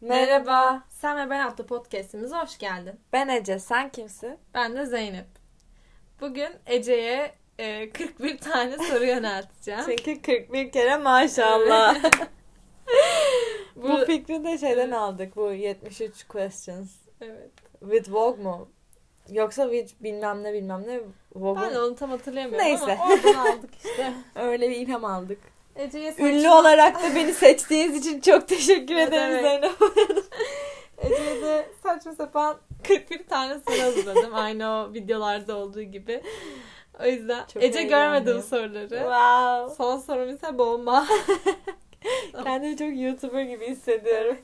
Merhaba. Sen ve Ben adlı podcast'imize hoş geldin. Ben Ece. Sen kimsin? Ben de Zeynep. Bugün Ece'ye 41 tane soru yönelteceğim. Çünkü 41 kere maşallah. Bu fikri de şeyden aldık. Bu 73 questions. Evet. With Vogue mu? Yoksa with bilmem ne Vogue. Ben de onu tam hatırlayamıyorum Neyse. ama oradan aldık işte. Öyle bir ilham aldık. Ece'ye Ünlü olarak da beni seçtiğiniz için çok teşekkür ederim Evet. Zeynep. Ece'ye de saçma sapan 41 tane soru hazırladım. Aynı o videolarda olduğu gibi. O yüzden Çok Ece görmedi bu heyecanlıyım. soruları. Wow. Son sorum ise bomba. Kendimi çok YouTuber gibi hissediyorum.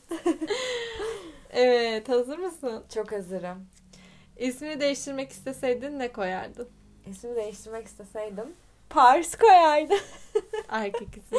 Evet, hazır mısın? Çok hazırım. İsmini değiştirmek isteseydin ne koyardın? İsmi değiştirmek isteseydim Pars koyardım. Erkek ismi.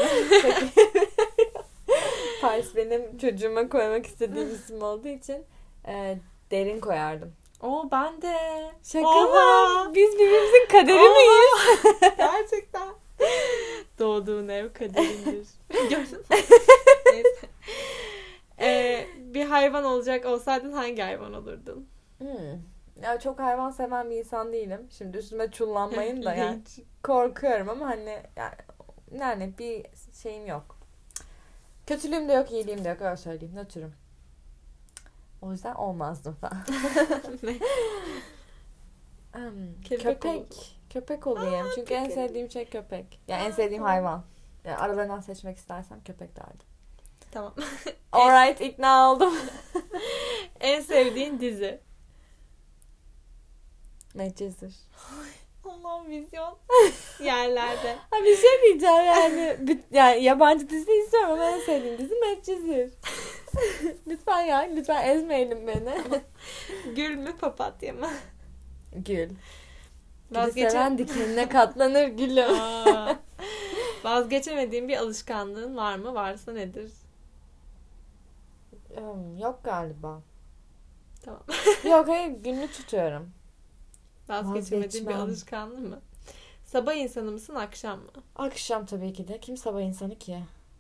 Pars benim çocuğuma koymak istediğim isim olduğu için Derin koyardım. Oo, ben de. Şaka Oha! mı? Biz birbirimizin kaderi miyiz? Gerçekten. Doğduğun ev kaderindir. Gördün mü? Neyse. Bir hayvan olacak olsaydın hangi hayvan olurdun? Ya çok hayvan seven bir insan değilim. Şimdi üstüme çullanmayın da yani İlginç. korkuyorum ama hani yani bir şeyim yok. Kötülüğüm de yok, iyiliğim de yok, öyle söyleyeyim. Nötrüm. O yüzden olmazdım falan. Ne? Köpek. olurdun. Köpek olayım. Çünkü en köpek. sevdiğim şey köpek. Yani en sevdiğim hayvan. Yani aralarından seçmek istersem köpek derdim. Tamam. Alright, ikna oldum. En sevdiğin dizi? Medcezir. Allah'ım, vizyon yerlerde. Ha, bir şey diyeceğim yani. Yani yabancı dizi istiyorum ama en sevdiğim dizi Medcezir. Lütfen ya, lütfen ezmeyelim beni. Gül mü papatya mı? Gül. Vazgeçem- Seven dikenine katlanır gülüm. Aa. Vazgeçemediğin bir alışkanlığın var mı? Varsa nedir? Yok galiba. Tamam. Yok, hayır, günlük tutuyorum. Vazgeçemediğin bir Vazgeçmem. alışkanlığı mı? Sabah insanı mısın, akşam mı? Akşam tabii ki de. Kim sabah insanı ki?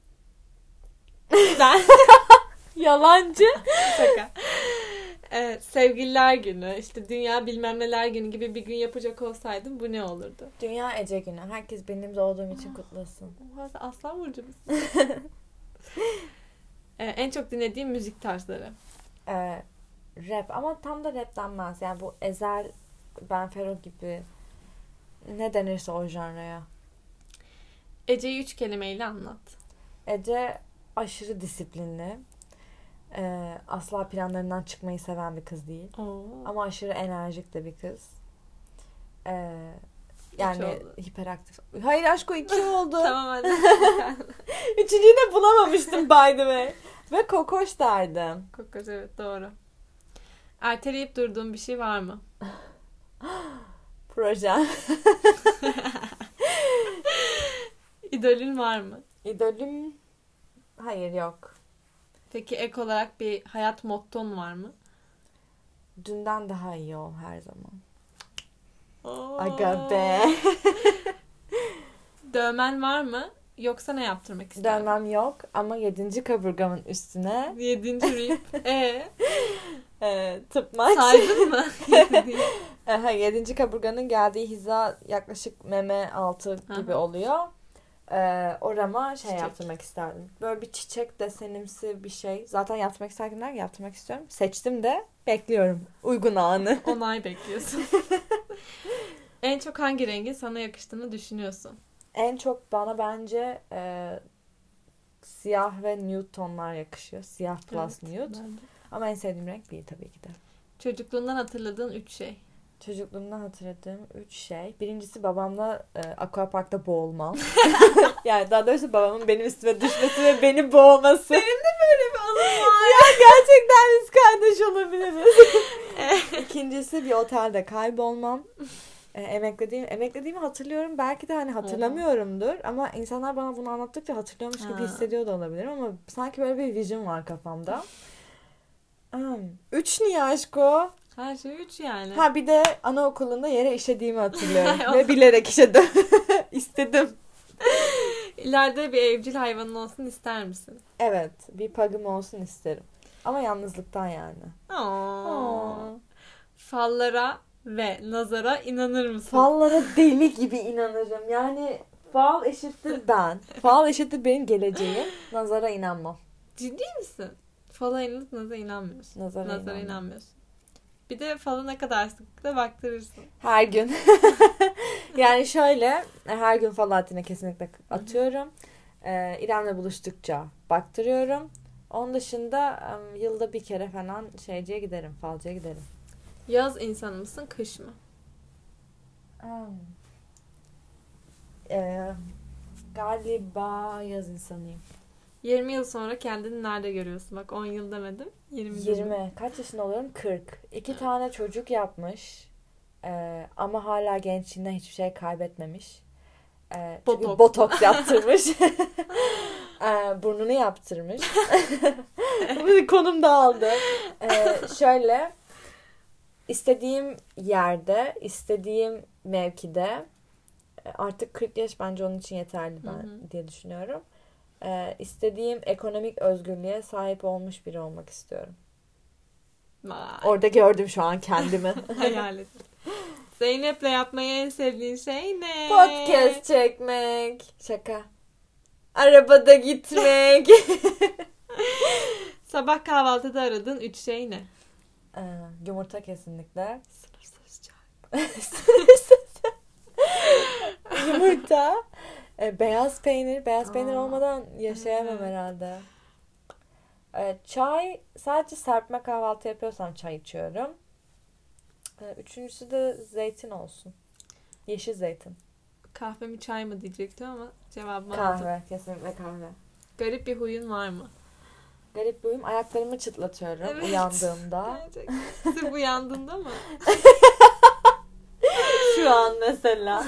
Ben. Yalancı. Şaka. Evet, sevgililer günü, işte dünya bilmem neler günü gibi bir gün yapacak olsaydın bu ne olurdu? Dünya Ece günü. Herkes benim doğduğum için kutlasın. Oha, sen Aslan burcu musun? En çok dinlediğim müzik tarzları. Rap ama tam da rap denmez. Yani bu Ezel, Benfero gibi ne denirse o janraya. Ece'yi 3 kelimeyle anlat. Ece aşırı disiplinli. Asla planlarından çıkmayı seven bir kız değil. Oo. Ama aşırı enerjik de bir kız. Yani oldu. hiperaktif. Hayır aşko 2 oldu. Tamam, hadi. Üçüncüyü de bulamamıştım by the way. Ve kokoş derdim. Kokoş, evet, doğru. Erteleyip durduğun bir şey var mı? Projem. İdolün var mı? İdolüm. Hayır, yok. Peki ek olarak bir hayat motton var mı? Dünden daha iyi ol her zaman. Oo. Aga be. Dövmen var mı? Yoksa ne yaptırmak isterdin? Dövmem yok ama 7. kaburgamın üstüne 7. rip. tıpmaç. Saydın mı? 7. kaburganın geldiği hiza yaklaşık meme altı gibi Aha. oluyor. Orama Çiçek. yaptırmak isterdim. Böyle bir çiçek desenimsi bir şey. Zaten yaptırmak isterken yaptırmak istiyorum. Seçtim de bekliyorum uygun anı. Onay bekliyorsun. En çok hangi rengin sana yakıştığını düşünüyorsun? En çok bana bence siyah ve nude tonlar yakışıyor. Siyah plus nude. Bence. Ama en sevdiğim renk değil tabii ki de. Çocukluğundan hatırladığın 3 şey. Çocukluğumdan hatırladığım 3 şey. Birincisi babamla aquaparkta boğulmam. Yani daha doğrusu babamın benim üstüme düşmesi ve beni boğması. Benim de böyle bir anım var. Ya gerçekten biz kardeş olabiliriz. İkincisi bir otelde kaybolmam. Emeklediğimi hatırlıyorum. Belki de hani hatırlamıyorumdur. Ama insanlar bana bunu anlattıkça hatırlıyormuş gibi hissediyor da olabilirim. Ama sanki böyle bir vision var kafamda. 3 niye aşko? Her şey 3 yani. Ha, bir de anaokulunda yere işediğimi hatırlıyorum. Ve bilerek işedim. İstedim. İleride bir evcil hayvanın olsun ister misin? Evet. Bir pug'ım olsun isterim. Ama yalnızlıktan yani. Aa. Fallara ve nazara inanır mısın? Fallara deli gibi inanırım. Yani fal eşittir ben. Fal eşittir benim geleceğim. Nazara inanmam. Ciddi misin? Fala inanıp nazara inanmıyorsun. Nazara inanmıyorsun. Bir de falı ne kadar sıklıkla baktırırsın. Her gün. Yani şöyle her gün fal saatine kesinlikle atıyorum. İrem'le buluştukça baktırıyorum. Onun dışında yılda bir kere falan şeyciye giderim. Falcıya giderim. Yaz insanı mısın, kış mı? Galiba yaz insanıyım. 20 yıl sonra kendini nerede görüyorsun? Bak 10 yıl demedim. 20 dedim. 20. Kaç yaşında oluyorum? 40. 2 tane çocuk yapmış. Ama hala gençliğinden hiçbir şey kaybetmemiş. Çünkü botoks yaptırmış. Burnunu yaptırmış. Konum dağıldı. Şöyle istediğim yerde, istediğim mevkide artık 40 yaş bence onun için yeterli diye düşünüyorum. İstediğim ekonomik özgürlüğe sahip olmuş biri olmak istiyorum. Vay. Orada gördüm şu an kendimi. Hayal ettim. Zeynep'le yapmayı en sevdiğin şey ne? Podcast çekmek. Şaka. Arabada gitmek. Sabah kahvaltıda aradığın 3 şey ne? Yumurta kesinlikle. Sınırsız çay. Yumurta. Beyaz peynir. Beyaz peynir olmadan yaşayamam herhalde. Çay. Sadece serpme kahvaltı yapıyorsam çay içiyorum. Üçüncüsü de zeytin olsun. Yeşil zeytin. Kahve mi çay mı diyecektim ama cevabımı Kahve. aldım. Kesinlikle kahve. Garip bir huyun var mı? Garip bir huyum. Ayaklarımı çıtlatıyorum uyandığımda. Gerçekten. Sırf uyandığında mı? Şu an mesela.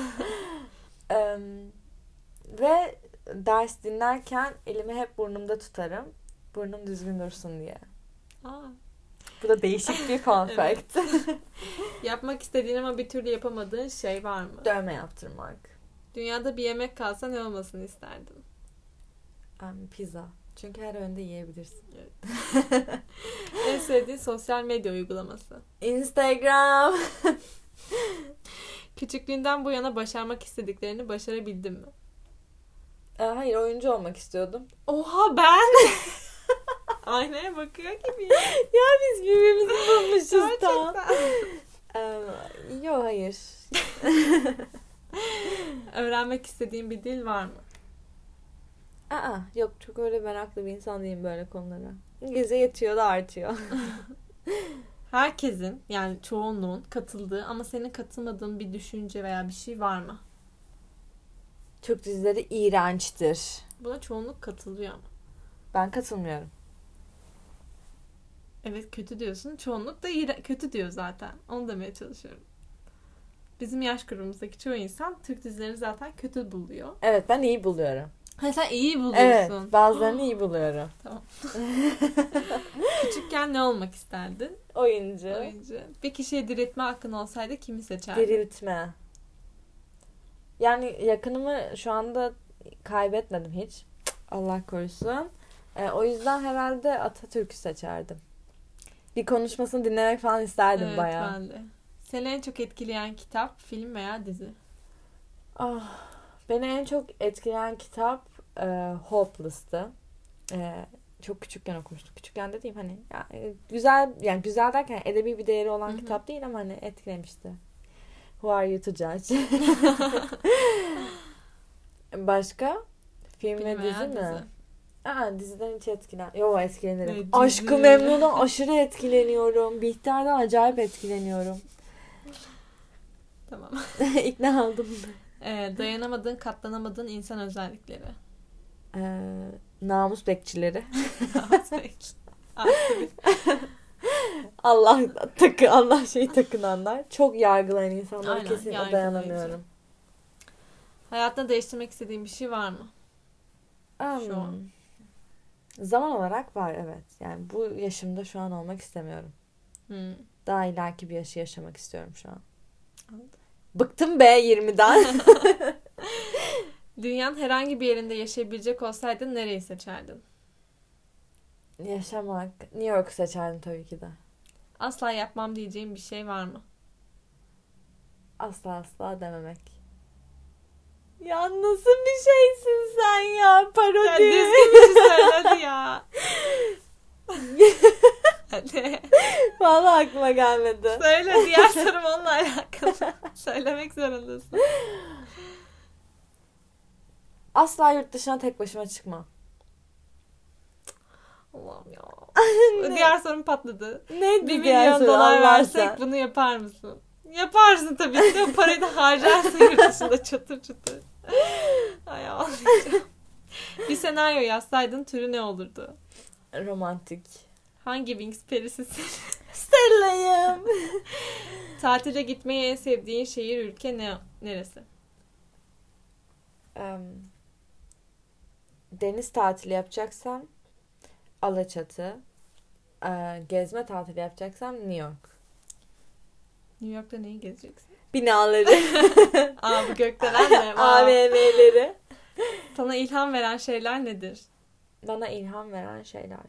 Ve ders dinlerken elimi hep burnumda tutarım. Burnum düzgün dursun diye. Aa. Bu da değişik bir fun fact. Yapmak istediğin ama bir türlü yapamadığın şey var mı? Dövme yaptırmak. Dünyada bir yemek kalsa ne olmasını isterdin? Pizza. Çünkü her öğünde yiyebilirsin. Evet. En sevdiğin sosyal medya uygulaması? Instagram. Küçüklüğünden bu yana başarmak istediklerini başarabildin mi? Hayır, oyuncu olmak istiyordum. Oha, ben! Aynaya bakıyor gibiyim. Ya biz birbirimizi bulmuşuz tam. Yok, hayır. Öğrenmek istediğin bir dil var mı? Yok, çok öyle meraklı bir insan değilim böyle konulara. İngilizce yetiyor da artıyor. Herkesin, yani çoğunluğun katıldığı ama senin katılmadığın bir düşünce veya bir şey var mı? Türk dizileri iğrençtir. Buna çoğunluk katılıyor ama. Ben katılmıyorum. Evet, kötü diyorsun. Çoğunluk da kötü diyor zaten. Onu demeye çalışıyorum. Bizim yaş grubumuzdaki çoğu insan Türk dizilerini zaten kötü buluyor. Evet, ben iyi buluyorum. Ha, sen iyi buluyorsun. Evet, bazılarını iyi buluyorum. Tamam. Küçükken ne olmak isterdin? Oyuncu. Bir kişiye diriltme hakkın olsaydı kimi seçerdin? Diriltme. Yani yakınımı şu anda kaybetmedim hiç. Allah korusun. O yüzden herhalde Atatürk'ü seçerdim. Bir konuşmasını dinlemek falan isterdim bayağı. Evet, ben de. Seni en çok etkileyen kitap, film veya dizi? Beni en çok etkileyen kitap Hopeless'tı. Çok küçükken okumuştum. Küçükken dediğim hani güzel, yani güzel derken edebi bir değeri olan kitap değil ama hani etkilemişti. Who are you to judge? Başka? Film ve dizi mi? Diziden hiç Yok, etkilenirim. Aşk-ı Memnun'dan aşırı etkileniyorum. Bihter'den acayip etkileniyorum. Tamam. İkna aldım. Dayanamadığın, katlanamadığın insan özellikleri. Namus bekçileri. Namus bekçileri. Allah şeyi takınanlar. Çok yargılayan insanlara Aynen, kesinlikle dayanamıyorum. Hayatında değiştirmek istediğin bir şey var mı? Şu an. Zaman olarak var, evet. Yani bu yaşımda şu an olmak istemiyorum. Daha ileriki bir yaşı yaşamak istiyorum şu an. Anladım. Bıktım be 20'den. Dünyanın herhangi bir yerinde yaşayabilecek olsaydın nereyi seçerdin? Yaşamak. New York'u seçerdim tabii ki de. Asla yapmam diyeceğim bir şey var mı? Asla asla dememek. Ya nasıl bir şeysin sen ya? Parodi. Ya düzgün bir şey söyle hadi ya. Hadi. Vallahi aklıma gelmedi. Söyle, diğer sorum onunla alakalı. Söylemek zorundasın. Asla yurt dışına tek başıma çıkmam. Allah'ım ya. Diğer sorum patladı. Ne 1 diğer milyon soru? dolar Allah versek sen. bunu yapar mısın? Yaparsın tabii ki. O parayı da harcarsın yurt dışında çatır çatır. Ay ağlayacağım. Bir senaryo yazsaydın türü ne olurdu? Romantik. Hangi Wings perisisin? Stella'yım. Tatile gitmeyi en sevdiğin şehir, ülke neresi? Deniz tatili yapacaksam Alaçatı. Gezme tatili yapacaksam New York. New York'ta neyi gezeceksin? Binaları. Bu gökdelen ne? Wow. AVM'leri. Sana ilham veren şeyler nedir? Bana ilham veren şeyler.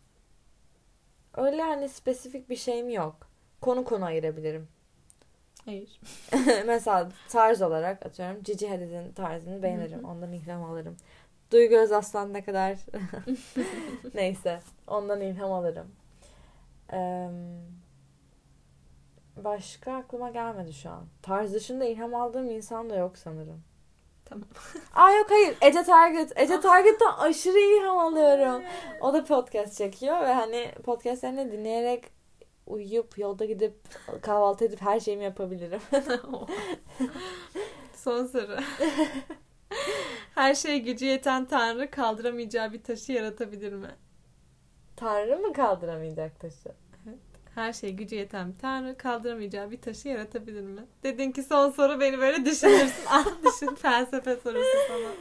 Öyle hani spesifik bir şeyim yok. Konu ayırabilirim. Hayır. Mesela tarz olarak atıyorum Cici Hadid'in tarzını beğenirim. Ondan ilham alırım. Duygu Özaslan ne kadar neyse ondan ilham alırım. Başka aklıma gelmedi şu an. Tarz dışında ilham aldığım insan da yok sanırım. Tamam. Yok hayır. Ece Target. Ece Target'tan aşırı ilham alıyorum. O da podcast çekiyor ve hani podcastlerini dinleyerek uyuyup yolda gidip kahvaltı edip her şeyimi yapabilirim. Son soru. Her şeye gücü yeten Tanrı kaldıramayacağı bir taşı yaratabilir mi? Tanrı mı kaldıramayacak taşı? Her şeye gücü yeten bir Tanrı kaldıramayacağı bir taşı yaratabilir mi? Dedin ki son soru beni böyle düşünürsün. Düşün, felsefe sorusu sana.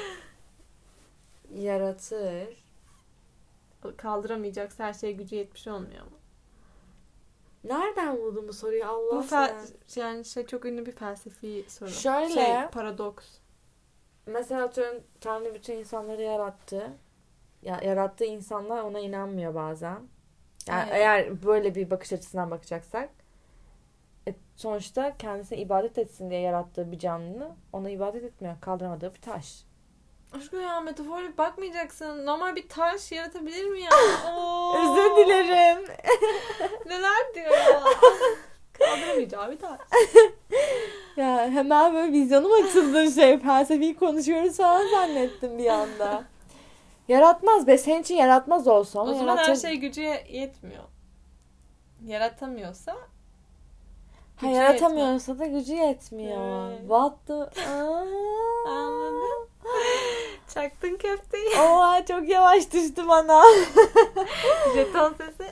Yaratır. Kaldıramayacaksa her şeye gücü yetmiş olmuyor mu? Nereden buldun bu soruyu Allah aşkına? Yani çok ünlü bir felsefi soru. Şöyle. Paradoks. Mesela Tanrı bütün insanları yarattı. Yarattığı insanlar ona inanmıyor bazen. Yani Evet. eğer böyle bir bakış açısından bakacaksak sonuçta kendisine ibadet etsin diye yarattığı bir canlı ona ibadet etmiyor. Kaldıramadığı bir taş. Aşkım ya metaforik bakmayacaksın. Normal bir taş yaratabilir mi ya? Özür dilerim. Neler diyor ya? Kaldıramayacağı bir taş. Ya hemen böyle vizyonum açıldı felsefi konuşuyoruz falan zannettim bir anda. Yaratmaz be. Senin için yaratmaz olsa ama o zaman her şey gücü yetmiyor. Yaratamıyorsa yaratamıyorsa da gücü yetmiyor. Evet. What the... Anladın? Çaktın köfteyi. Oha çok yavaş düştü bana. Jeton sesi.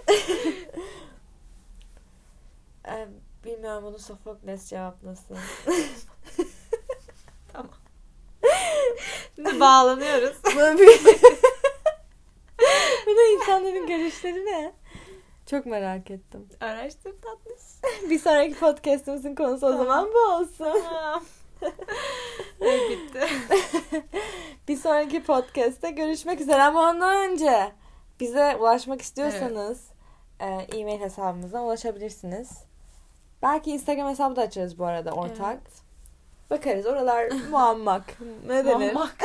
Bilmiyorum bunu Sofokles cevaplasın. Tamam. Şimdi bağlanıyoruz. Bu da insanların görüşleri ne? Çok merak ettim. Araştır tatlış. Bir sonraki podcast'ımızın konusu o zaman bu olsun. Tamam. Evet, bitti. Bir sonraki podcast'te görüşmek üzere ama ondan önce bize ulaşmak istiyorsanız e-mail hesabımızdan ulaşabilirsiniz. Belki Instagram hesabı da açarız bu arada ortak. Evet. Bakarız oralar muammak. Ne denir? Muammak.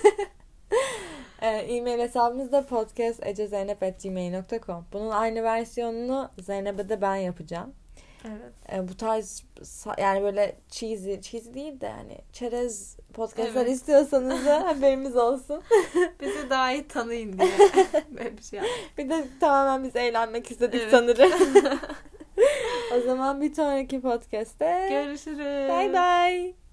E-mail hesabımız da podcast@zeynep@gmail.com. Bunun aynı versiyonunu Zeynep'e de ben yapacağım. Evet. Bu tarz yani böyle cheesy değil de yani çerez podcastlar Evet. istiyorsanız da haberimiz olsun. Bizi daha iyi tanıyın diye. Böyle bir şey yaptık. Bir de tamamen biz eğlenmek istedik Evet. sanırım. O zaman bir sonraki podcast'te Görüşürüz. bye bye.